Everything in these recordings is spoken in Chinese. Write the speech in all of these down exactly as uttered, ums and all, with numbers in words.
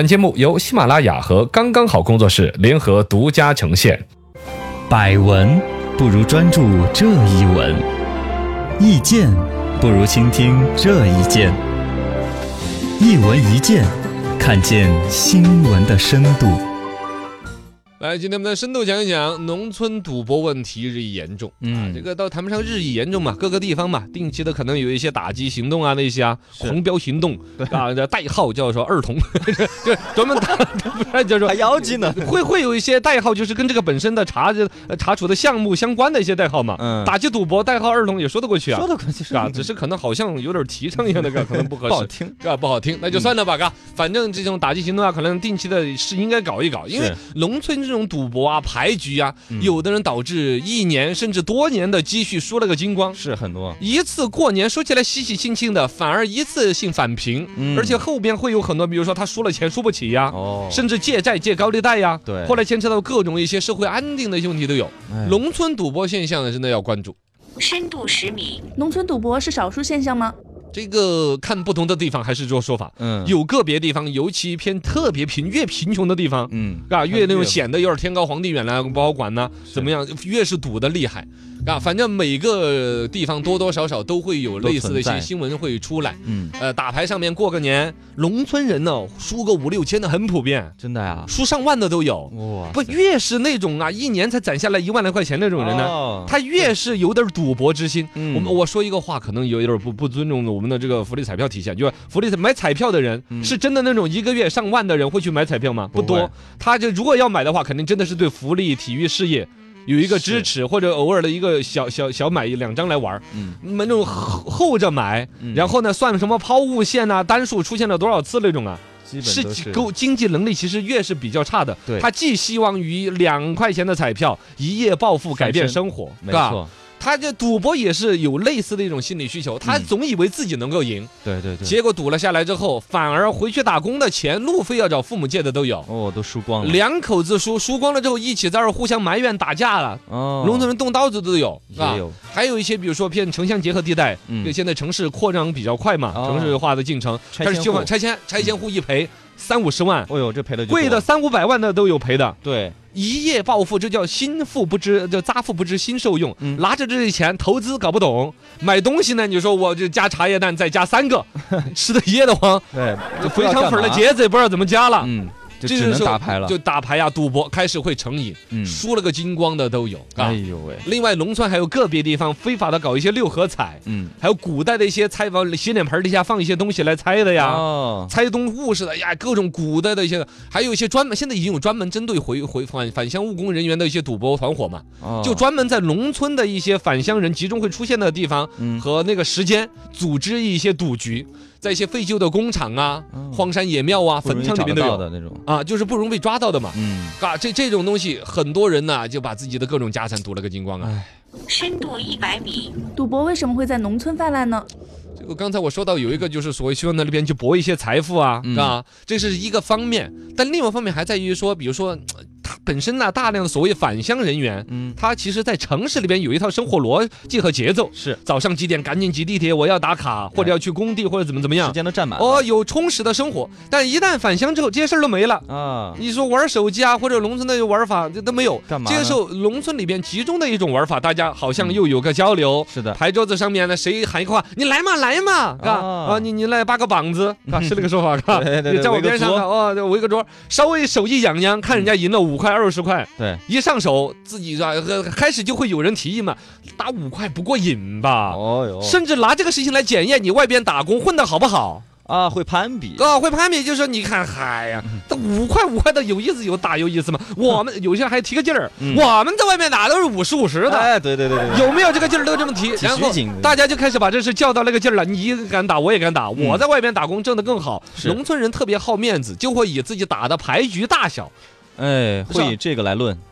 本节目由喜马拉雅和刚刚好工作室联合独家呈现。 百闻不如专注这一闻，意见不如倾听这一见。一闻一见，看见新闻的深度。 来，今天我们的深度讲一讲农村赌博问题日益严重。嗯、啊，这个倒谈不上日益严重嘛，各个地方嘛，定期的可能有一些打击行动啊，那些啊，狂飙行动啊，代号叫做儿童，就专门打，不然叫做还妖精呢。 会会有一些代号，就是跟这个本身的查查处的项目相关的一些代号嘛。嗯，打击赌博代号儿童也说得过去啊， 说得过去是啊，只是可能好像有点提倡一样的，可能不合适， 不好听， 啊，不好听，那就算了吧，嘎、嗯，反正这种打击行动啊，可能定期的是应该搞一搞，因为农村这种赌博啊、牌局啊，嗯、有的人导致一年甚至多年的积蓄输了个精光， 是很多。 一次过年说起来喜喜庆庆的，反而一次性返平，嗯、而且后边会有很多，比如说他输了钱输不起呀，哦、甚至借债借高利贷呀，对，后来牵扯到各种一些社会安定的问题都有。哎、农村赌博现象呢，真的要关注。 深度十米， 农村赌博是少数现象吗？ 这个看不同的地方还是做说法，嗯，有个别地方，尤其偏特别贫，越贫穷的地方，嗯，啊，越那种显得有点天高皇帝远了，不好管呢，怎么样，越是赌的厉害。啊，反正每个地方多多少少都会有类似的一些新闻会出来。嗯，呃，打牌上面过个年，农村人呢输个五六千的很普遍， 真的呀， 输上万的都有。哇，不，越是那种啊一年才攒下来一万来块钱那种人呢，哦、他越是有点赌博之心。嗯、我们我说一个话，可能有点不不尊重我们的这个福利彩票体系，就是福利买彩票的人、嗯、是真的那种一个月上万的人会去买彩票吗？不多，他就如果要买的话，肯定真的是对福利体育事业有一个支持，或者偶尔的一个小小小买一两张来玩，嗯，那种后着买，嗯、然后呢算什么抛物线啊，单数出现了多少次那种啊，是够经济能力其实越是比较差的，对，他寄希望于两块钱的彩票一夜暴富改变生活， 没错。 他这赌博也是有类似的一种心理需求，他总以为自己能够赢， 对对对， 结果赌了下来之后，反而回去打工的钱路费要找父母借的都有， 哦，都输光了。 两口子输输光了之后，一起在这儿互相埋怨打架了，哦，农村人动刀子都有，啊，还有一些比如说偏城乡结合地带，因为现在城市扩张比较快嘛，城市化的进程，开始就拆迁拆迁户一赔三五十万， 哦呦，这赔的贵的三五百万的都有赔的， 对。 一夜暴富，这叫心腹不知，叫杂富不知心受用。嗯、拿着这些钱投资搞不懂，买东西呢，你说我就加茶叶蛋，再加三个，吃的噎得慌。对，肥肠粉的节子也不知道怎么加了。嗯。 就只能打牌了， 就打牌呀、啊，赌博开始会成瘾，嗯，输了个精光的都有。 哎呦喂！ 另外，农村还有个别地方非法的搞一些六合彩，嗯，还有古代的一些猜往洗脸盆底下放一些东西来猜的呀，哦，猜东物似的呀，各种古代的一些，还有一些专门现在已经有专门针对回回返返乡务工人员的一些赌博团伙嘛，哦，就专门在农村的一些返乡人集中会出现的地方，嗯，和那个时间组织一些赌局。在一些废旧的工厂啊、哦、荒山野庙啊、坟场里面都有的那种啊，就是不容易被抓到的嘛。嗯，啊，这这种东西，很多人呢就把自己的各种家产赌了个精光啊。 深度一百米， 赌博为什么会在农村泛滥呢？ 这个刚才我说到有一个就是所谓希望在那边去博一些财富啊，嗯、啊，这是一个方面，但另外一方面还在于说，比如说。他本身呢，大量的所谓返乡人员，嗯，他其实在城市里边有一套生活逻辑和节奏， 是早上几点赶紧挤地铁，我要打卡，或者要去工地，或者怎么怎么样， 时间都占满了， 哦，有充实的生活。但一旦返乡之后，这些事儿都没了啊！你说玩手机啊，或者农村的玩法，这都没有。干嘛？这个时候，农村里边集中的一种玩法，大家好像又有个交流。 是的， 牌桌子上面呢，谁喊一句话，你来嘛，来嘛，啊啊，你你来八个膀子，啊，是那个说法， 对对对， 在我边上哦，围个桌，稍微手一痒痒，看人家赢了五块二十块。 对， 一上手自己啊，开始就会有人提议嘛，打五块不过瘾吧？哦哟，甚至拿这个事情来检验你外边打工混得好不好啊？会攀比啊，会攀比，就是说你看，嗨呀，这五块五块的有意思有打有意思吗？我们有些人还提个劲儿，嗯、我们在外面打都是五十五十的， 哎，对对对对， 有没有这个劲儿都这么提？然后大家就开始把这事较到那个劲儿了，你敢打我也敢打，嗯、我在外边打工挣得更好。农村人特别好面子，就会以自己打的牌局大小。 哎，会以这个来论，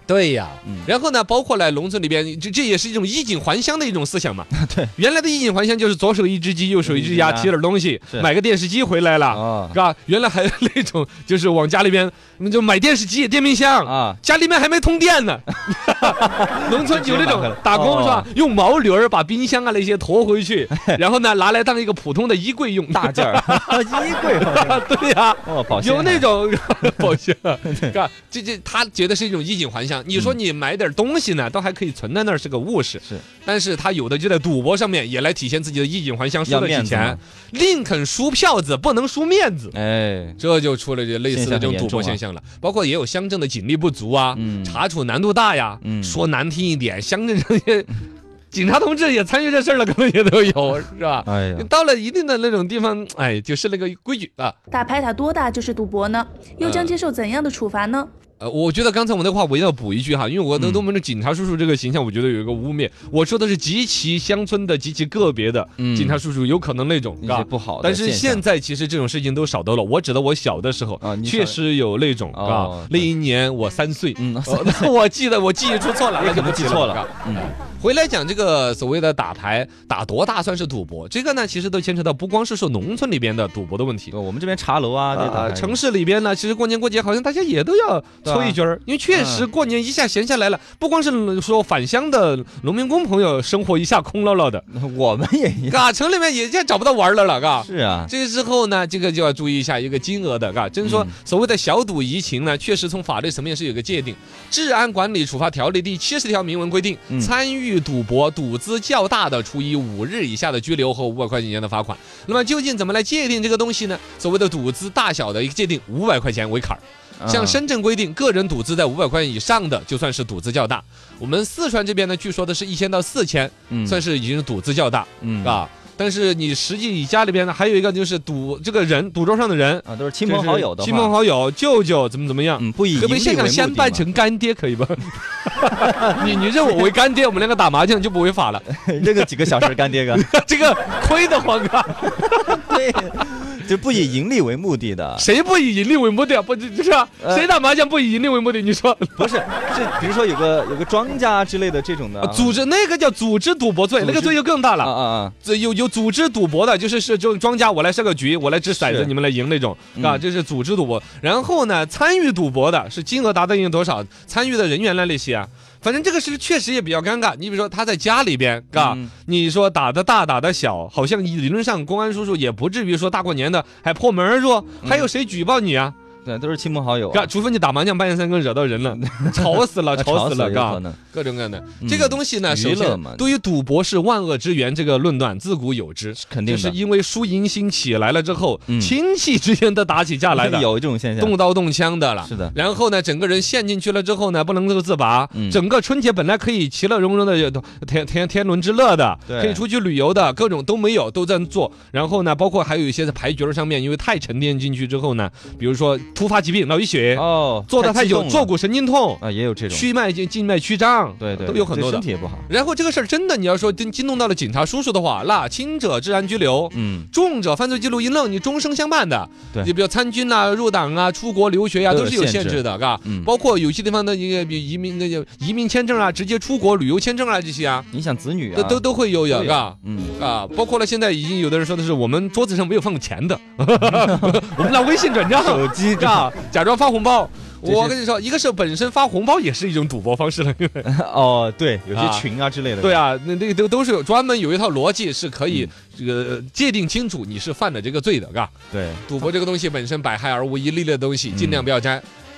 对呀， 嗯然后呢，包括来农村里边，这这也是一种衣锦还乡的一种思想嘛。 对， 原来的衣锦还乡就是左手一只鸡，右手一只鸭， 嗯提点东西， 是买个电视机回来了， 哦是吧？原来还有那种就是往家里边就买电视机、电冰箱啊， 家里面还没通电呢。农村有那种打工哦是吧？用毛驴儿把冰箱啊那些驮回去，然后呢拿来当一个普通的衣柜用， 大件儿，衣柜好像对呀， 哦，保鲜有那种保鲜，是吧？这这他觉得是一种衣锦还乡。你说你买点东西呢，都还可以存在那儿是个物事， 是， 但是他有的就在赌博上面也来体现自己的衣锦还乡，输要得起钱面子嘛， 宁肯输票子，不能输面子。 哎， 这就出了这类似的这种赌博现象了，包括也有乡镇的警力不足啊， 嗯查处难度大呀。 嗯说难听一点，乡镇这些警察同志也参与这事儿了，可能也都有，是吧？ 哎呀， 到了一定的那种地方，哎，就是那个规矩啊。 打牌打多大就是赌博呢？又将接受怎样的处罚呢？ 呃，我觉得刚才我那话我要补一句哈，因为我对我们的警察叔叔这个形象，我觉得有一个污蔑。我说的是极其乡村的、极其个别的嗯警察叔叔，有可能那种， 一是吧些不好的但是现象现在其实这种事情都少多了。我指的我小的时候啊，你小确实有那种， 哦啊，那一年我三岁， 嗯哦那我记得我记忆出错了，那就不记错了是吧嗯回来讲这个所谓的打牌打多大算是赌博，这个呢其实都牵扯到不光是说农村里边的赌博的问题。 我们这边茶楼啊，这些打呃， 牌城市里边呢，其实过年过节好像大家也都要对啊抽一局儿，因为确实过年一下闲下来了，不光是说返乡的农民工朋友生活一下空落落的， 我们也一样， 嘎，城里面也现在找不到玩儿的了，嘎。 是啊， 这时候呢，这个就要注意一下一个金额的，嘎，真说嗯所谓的小赌怡情呢，确实从法律层面是有个界定，《治安管理处罚条例》第七十条明文规定， 嗯参与赌博赌资较大的，处以五日以下的拘留和五百块钱以下的罚款。那么究竟怎么来界定这个东西呢？所谓的赌资大小的一个界定，五百块钱为坎儿。像深圳规定，个人赌资在五百块钱以上的，就算是赌资较大。我们四川这边呢，据说的是一千到四千， 嗯算是已经是赌资较大， 嗯啊。但是你实际你家里边呢，还有一个就是赌这个人，赌桌上的人， 啊，都是亲朋好友的话， 亲朋好友、舅舅怎么怎么样， 嗯，不以可不可以现场盈利为目的嘛， 先扮成干爹，可以吧？你你认我为干爹，我们两个打麻将就不违法了。 这个几个小时干爹哥， 这个亏得慌啊！ 对，就不以盈利为目的的， 谁不以盈利为目的啊？不就是啊？ 呃谁打麻将不以盈利为目的？你说？ 不是，是比如说有个有个庄家之类的这种的， 组织那个叫组织赌博罪， 组织那个罪就更大啊了。 啊啊， 这有有组织赌博的，就是是就庄家我来设个局，我来掷骰子， 是你们来赢那种，啊， 嗯这是组织赌博。然后呢，参与赌博的是金额达到一定多少，参与的人员呢那些啊。反正这个是确实也比较尴尬。你比如说他在家里边，嘎、 嗯你说打的大打的小，好像理论上公安叔叔也不至于说大过年的还破门而入，还有谁举报你啊？ 对，都是亲朋好友啊， 嘎，除非你打麻将半夜三更惹到人了，吵死了，吵死了，嘎有可。能， 各种各样的嗯这个东西呢，首先娱乐嘛对于赌博是万恶之源这个论断自古有之， 肯定的， 就是因为输赢心起来了之后， 嗯亲戚之间都打起架来的， 有这种现象， 动刀动枪的了。 是的然后呢，整个人陷进去了之后呢，不能够自拔。 嗯整个春节本来可以其乐融融的有天天天伦之乐的， 对可以出去旅游的，各种都没有，都在做。然后呢，包括还有一些在牌局上面，因为太沉淀进去之后呢，比如说突发疾病脑溢血， 哦， 坐得太久激动了坐骨神经痛， 啊，也有这种， 曲脉静静脉曲张， 对对， 都有很多的对身。体也不好， 然后这个事儿真的，你要说惊惊动到了警察叔叔的话，那轻者治安拘留， 嗯， 重者犯罪记录一愣，你终生相伴的。 对你比如参军啊、入党啊、出国留学呀、 都有都是有限限制制的，嘎。 嗯包括有些地方的一个比移民那个移民签证啊、直接出国旅游签证啊这些啊， 影响子女啊， 都都都会有呀， 都有嘎。 嗯， 啊，包括了现在已经有的人说的是我们桌子上没有放钱的，我们拿微信转账， 手机嘎，假装发红包。 这些我跟你说，一个是本身发红包也是一种赌博方式了，因为哦，对，有些啊群啊之类的， 对啊，那那个都都是有专门有一套逻辑是可以嗯这个界定清楚你是犯了这个罪的，嘎。 对， 赌博这个东西本身百害而无一利的东西， 嗯尽量不要沾。